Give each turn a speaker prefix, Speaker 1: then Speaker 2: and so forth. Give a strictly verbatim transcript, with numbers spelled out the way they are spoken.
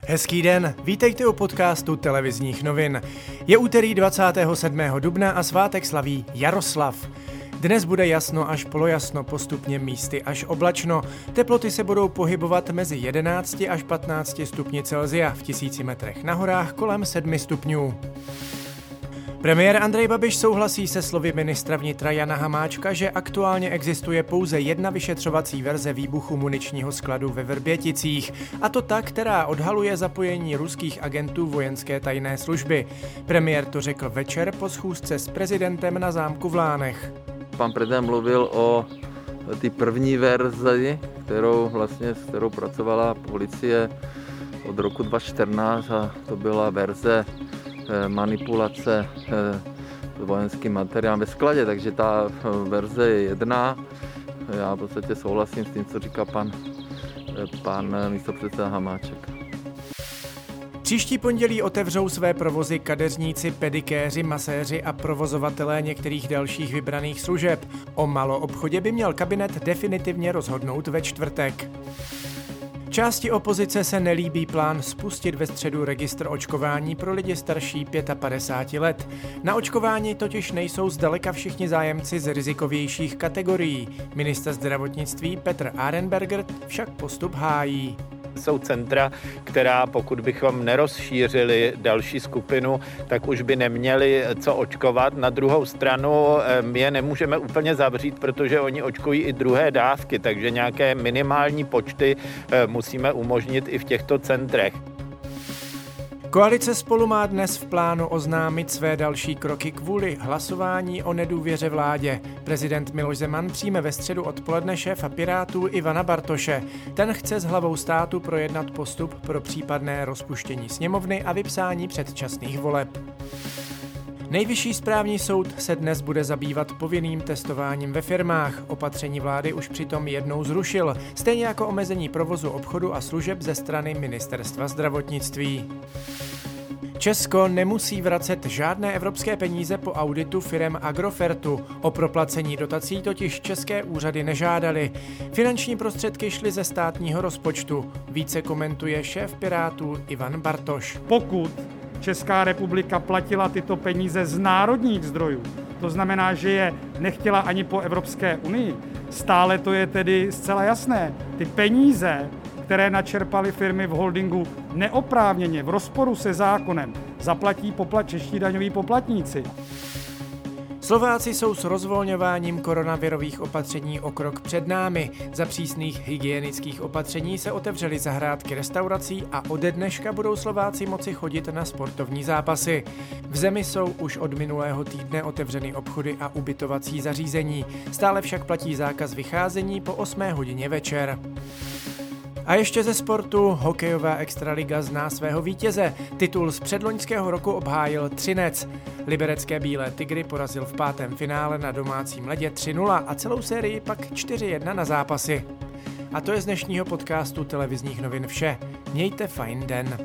Speaker 1: Hezký den, vítejte u podcastu televizních novin. Je úterý dvacátého sedmého dubna a svátek slaví Jaroslav. Dnes bude jasno až polojasno, postupně místy až oblačno. Teploty se budou pohybovat mezi jedenácti až patnácti stupni Celsia, v tisíci metrech na horách kolem sedmi stupňů. Premiér Andrej Babiš souhlasí se slovy ministra vnitra Jana Hamáčka, že aktuálně existuje pouze jedna vyšetřovací verze výbuchu muničního skladu ve Vrběticích, a to ta, která odhaluje zapojení ruských agentů vojenské tajné služby. Premiér to řekl večer po schůzce s prezidentem na zámku v Lánech.
Speaker 2: Pan prezident mluvil o té první verzi, kterou vlastně, s kterou pracovala policie od roku dva tisíce čtrnáct, a to byla verze manipulace s vojenským materiálem ve skladě, takže ta verze je jedna. Já v podstatě souhlasím s tím, co říká pan, pan místopředseda Hamáček.
Speaker 1: Příští pondělí otevřou své provozy kadeřníci, pedikéři, maséři a provozovatelé některých dalších vybraných služeb. O maloobchodě by měl kabinet definitivně rozhodnout ve čtvrtek. Části opozice se nelíbí plán spustit ve středu registr očkování pro lidi starší padesát pět let. Na očkování totiž nejsou zdaleka všichni zájemci z rizikovějších kategorií. Ministr zdravotnictví Petr Arenberger však postup hájí.
Speaker 3: Jsou centra, která pokud bychom nerozšířili další skupinu, tak už by neměli co očkovat. Na druhou stranu je nemůžeme úplně zavřít, protože oni očkují i druhé dávky, takže nějaké minimální počty musíme umožnit i v těchto centrech.
Speaker 1: Koalice Spolu má dnes v plánu oznámit své další kroky kvůli hlasování o nedůvěře vládě. Prezident Miloš Zeman přijme ve středu odpoledne šéfa Pirátů Ivana Bartoše. Ten chce s hlavou státu projednat postup pro případné rozpuštění sněmovny a vypsání předčasných voleb. Nejvyšší správní soud se dnes bude zabývat povinným testováním ve firmách. Opatření vlády už přitom jednou zrušil, stejně jako omezení provozu obchodu a služeb ze strany Ministerstva zdravotnictví. Česko nemusí vracet žádné evropské peníze po auditu firem Agrofertu. O proplacení dotací totiž české úřady nežádaly. Finanční prostředky šly ze státního rozpočtu. Více komentuje šéf Pirátů Ivan Bartoš.
Speaker 4: Pokud Česká republika platila tyto peníze z národních zdrojů, to znamená, že je nechtěla ani po Evropské unii, stále to je tedy zcela jasné. Ty peníze, které načerpaly firmy v holdingu neoprávněně, v rozporu se zákonem, zaplatí poplat, čeští daňoví poplatníci.
Speaker 1: Slováci jsou s rozvolňováním koronavirových opatření o krok před námi. Za přísných hygienických opatření se otevřely zahrádky restaurací a ode dneška budou Slováci moci chodit na sportovní zápasy. V zemi jsou už od minulého týdne otevřeny obchody a ubytovací zařízení. Stále však platí zákaz vycházení po osmé hodině večer. A ještě ze sportu, hokejová extraliga zná svého vítěze. Titul z předloňského roku obhájil Třinec. Liberecké Bílé tygry porazil v pátém finále na domácím ledě tři nula a celou sérii pak čtyři jedna na zápasy. A to je z dnešního podcastu televizních novin vše. Mějte fajn den.